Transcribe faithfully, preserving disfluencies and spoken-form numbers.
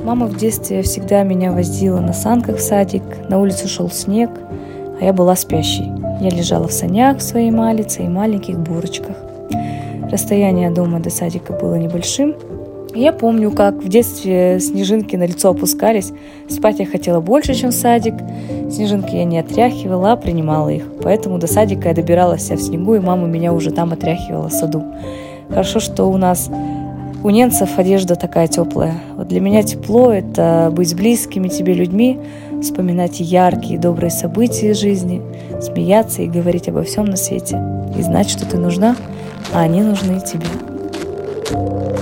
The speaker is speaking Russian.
Мама в детстве всегда меня возила на санках в садик, на улицу шел снег, а я была спящей. Я лежала в санях в своей малице и маленьких бурочках. Расстояние от дома до садика было небольшим. Я помню, как в детстве снежинки на лицо опускались. Спать я хотела больше, чем в садик. Снежинки я не отряхивала, а принимала их. Поэтому до садика я добиралась вся в снегу, и мама меня уже там отряхивала в саду. Хорошо, что у нас, у немцев, одежда такая теплая. Вот для меня тепло – это быть с близкими тебе людьми, вспоминать яркие и добрые события жизни, смеяться и говорить обо всем на свете. И знать, что ты нужна, а они нужны тебе.